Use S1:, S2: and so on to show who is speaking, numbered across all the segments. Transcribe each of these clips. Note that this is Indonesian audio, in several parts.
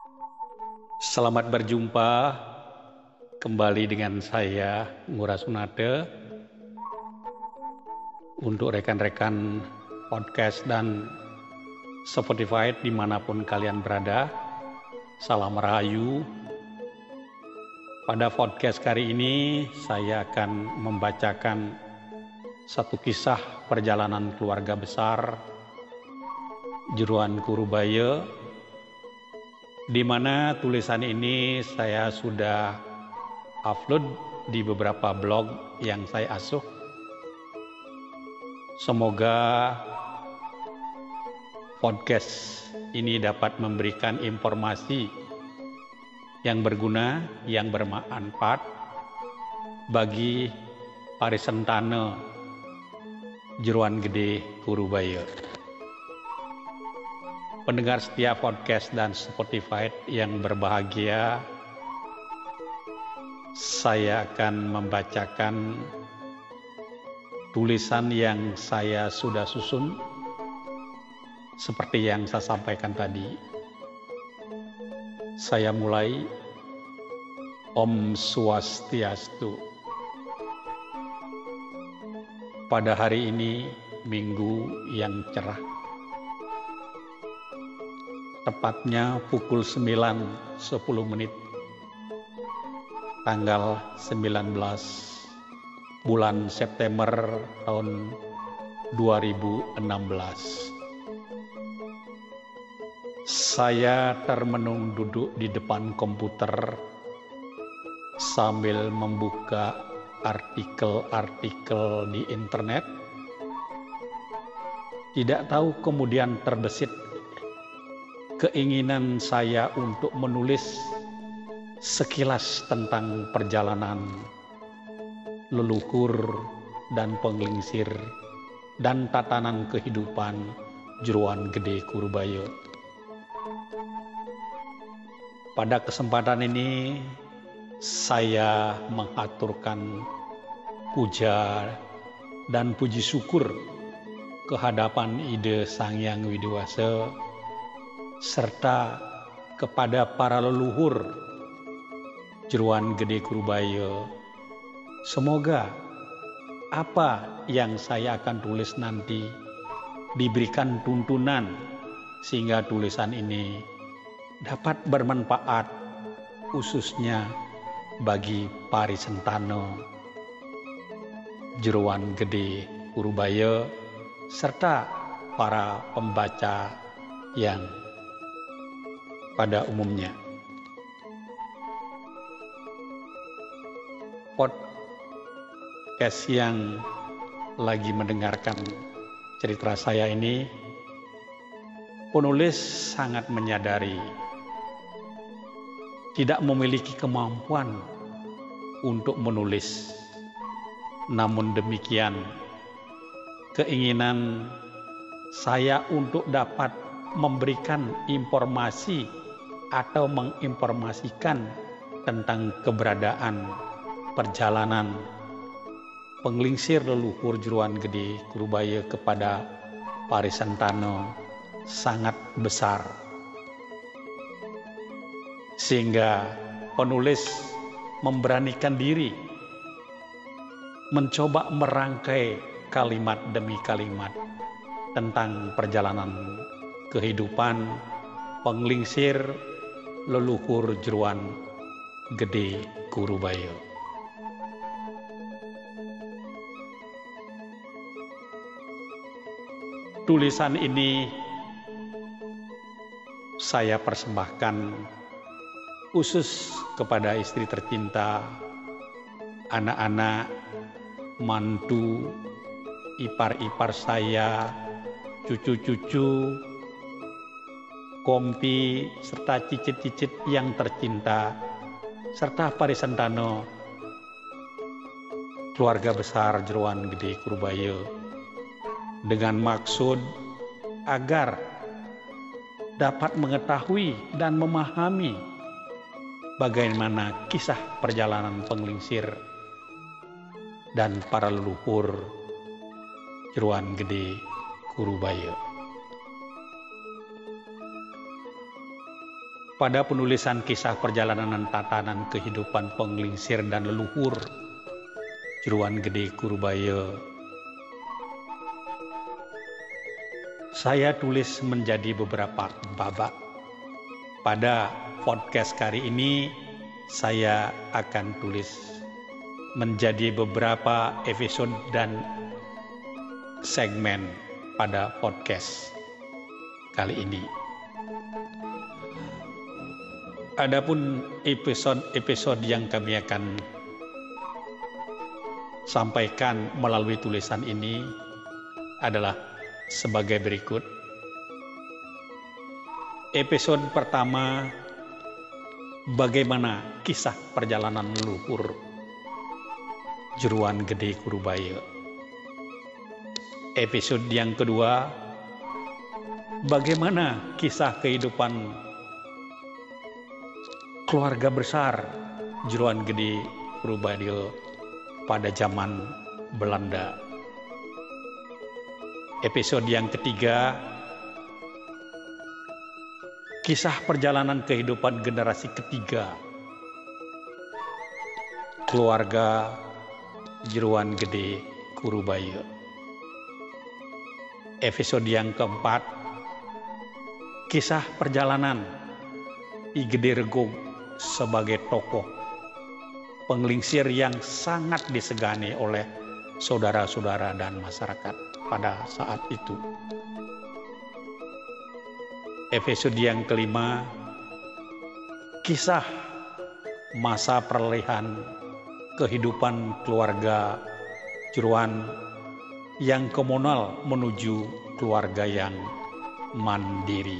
S1: Selamat berjumpa kembali dengan saya, Ngurah Sunade. Untuk rekan-rekan podcast dan Spotify dimanapun kalian berada, salam rahayu. Pada podcast kali ini saya akan membacakan satu kisah perjalanan keluarga besar Jeruan Kurubaya, di mana tulisan ini saya sudah upload di beberapa blog yang saya asuh. Semoga podcast ini dapat memberikan informasi yang berguna, yang bermanfaat bagi parisentana Jeruan Gede Kurubaya. Pendengar setia podcast dan Spotify yang berbahagia, saya akan membacakan tulisan yang saya sudah susun seperti yang saya sampaikan tadi. Saya mulai. Om Swastiastu. Pada hari ini, Minggu yang cerah, tepatnya pukul 9.10 tanggal 19 bulan September tahun 2016. Saya termenung duduk di depan komputer sambil membuka artikel-artikel di internet. Tidak tahu kemudian terbesit keinginan saya untuk menulis sekilas tentang perjalanan leluhur dan penglingsir dan tatanan kehidupan Jeruan Gede Kurubaya. Pada kesempatan ini saya mengaturkan puja dan puji syukur kehadapan Ide Sang Hyang Widiwasa serta kepada para leluhur Jeruan Gede Kurubaya. Semoga apa yang saya akan tulis nanti diberikan tuntunan sehingga tulisan ini dapat bermanfaat khususnya bagi parisentana Jeruan Gede Kurubaya serta para pembaca yang pada umumnya. Podcast yang lagi mendengarkan cerita saya ini, penulis sangat menyadari tidak memiliki kemampuan untuk menulis. Namun demikian, keinginan saya untuk dapat memberikan informasi atau menginformasikan tentang keberadaan perjalanan penglingsir leluhur Jeruan Gede Kurubaya kepada parisentana sangat besar, sehingga penulis memberanikan diri mencoba merangkai kalimat demi kalimat tentang perjalanan kehidupan penglingsir leluhur Jeruan Gede Kurubaya. Tulisan ini saya persembahkan khusus kepada istri tercinta, anak-anak, mantu, ipar-ipar saya, cucu-cucu, kompi, serta cicit-cicit yang tercinta, serta parisentana keluarga besar Jeruan Gede Kurubaya, dengan maksud agar dapat mengetahui dan memahami bagaimana kisah perjalanan penglingsir dan para leluhur Jeruan Gede Kurubaya. pada penulisan kisah perjalanan tatanan kehidupan penglingsir dan leluhur Jeruan Gede Kurubaya, saya tulis menjadi beberapa babak. Pada podcast kali ini saya akan tulis menjadi beberapa episode dan segmen pada podcast kali ini. Adapun episode-episode yang kami akan sampaikan melalui tulisan ini adalah sebagai berikut. Episode pertama, bagaimana kisah perjalanan leluhur Jeruan Gede Kurubaya. Episode yang kedua, bagaimana kisah kehidupan keluarga besar Jeruan Gede Kurubaya pada zaman Belanda. Episode yang ketiga, kisah perjalanan kehidupan generasi ketiga keluarga Jeruan Gede Kurubaya. Episode yang keempat, kisah perjalanan I Gede Regog sebagai tokoh penglingsir yang sangat disegani oleh saudara-saudara dan masyarakat pada saat itu. Episode yang kelima, kisah masa peralihan kehidupan keluarga Jeruan yang komunal menuju keluarga yang mandiri.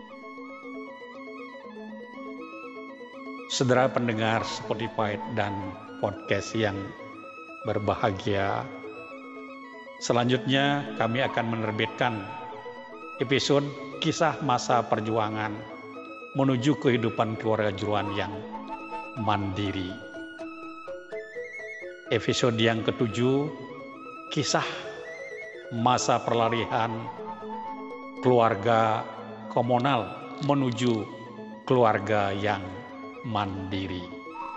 S1: Saudara pendengar Spotify dan podcast yang berbahagia, selanjutnya kami akan menerbitkan episode kisah masa perjuangan menuju kehidupan keluarga Jeruan yang mandiri. Episode yang ketujuh, kisah masa peralihan keluarga komunal menuju keluarga yang mandiri.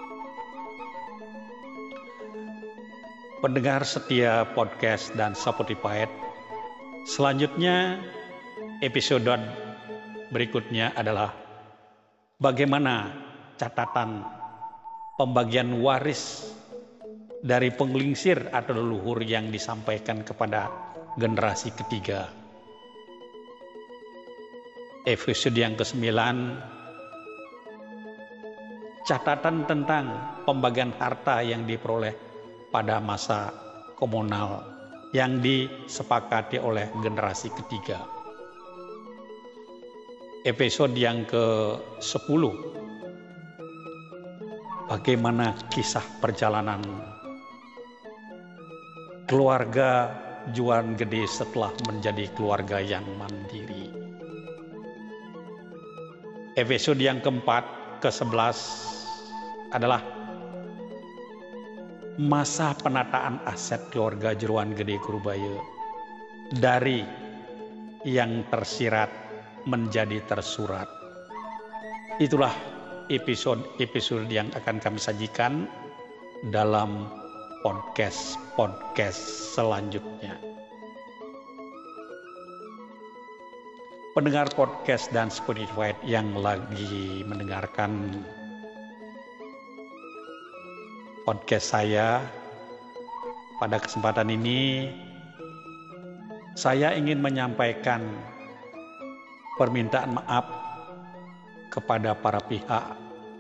S1: Pendengar setia podcast dan Spotify, selanjutnya episode berikutnya adalah bagaimana catatan pembagian waris dari penglingsir atau leluhur yang disampaikan kepada generasi ketiga. Episode yang ke-9, catatan tentang pembagian harta yang diperoleh pada masa komunal yang disepakati oleh generasi ketiga. Episode yang ke-10, bagaimana kisah perjalanan keluarga Jeruan Gede setelah menjadi keluarga yang mandiri. Episode yang keempat, ke-11 adalah masa penataan aset keluarga Jeruan Gede Kurubaya dari yang tersirat menjadi tersurat. Itulah episode yang akan kami sajikan dalam podcast selanjutnya. Pendengar podcast dan Spotify yang lagi mendengarkan podcast saya, pada kesempatan ini saya ingin menyampaikan permintaan maaf kepada para pihak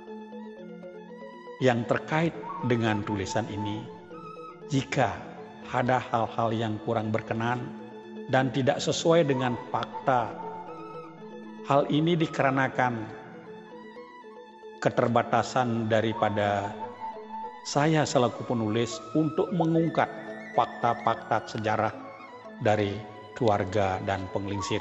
S1: yang terkait dengan tulisan ini jika ada hal-hal yang kurang berkenan dan tidak sesuai dengan fakta. Hal ini dikarenakan keterbatasan daripada saya selaku penulis untuk mengungkap fakta-fakta sejarah dari keluarga dan penglingsir.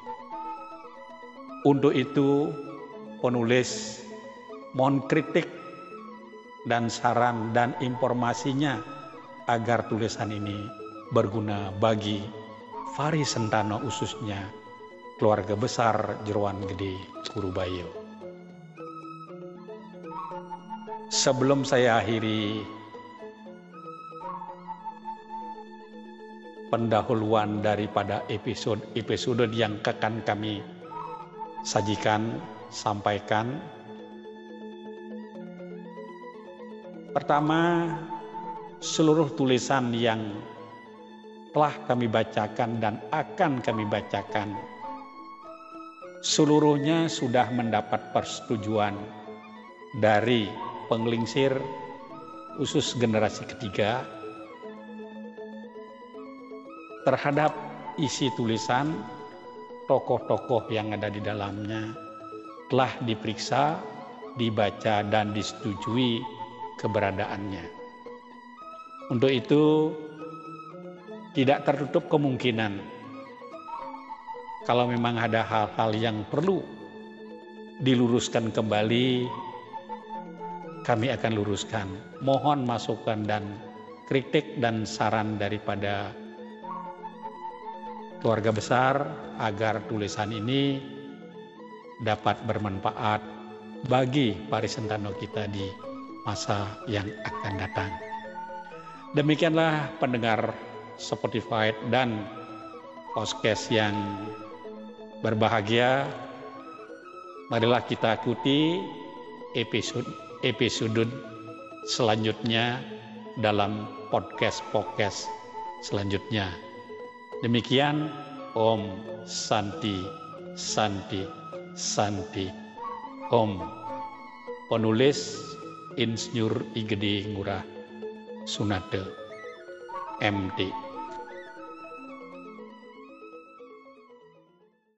S1: Untuk itu, penulis mohon kritik dan saran dan informasinya agar tulisan ini berguna bagi Fari Sentano, khususnya keluarga besar Jeruan Gede Kurubaya. Sebelum saya akhiri pendahuluan daripada episode yang akan kami sampaikan. Pertama, seluruh tulisan yang telah kami bacakan dan akan kami bacakan, seluruhnya sudah mendapat persetujuan dari penggelingsir khusus generasi ketiga terhadap isi tulisan. Tokoh-tokoh yang ada di dalamnya telah diperiksa, dibaca, dan disetujui keberadaannya. Untuk itu, tidak tertutup kemungkinan kalau memang ada hal-hal yang perlu diluruskan kembali, kami akan luruskan. Mohon masukan dan kritik dan saran daripada keluarga besar agar tulisan ini dapat bermanfaat bagi parisentano kita di masa yang akan datang. Demikianlah pendengar Spotify dan podcast yang berbahagia. Marilah kita ikuti episode selanjutnya dalam podcast selanjutnya. Demikian, Om Santi Santi Santi Om. Penulis Insinyur I Gede Ngurah Sunade, MD.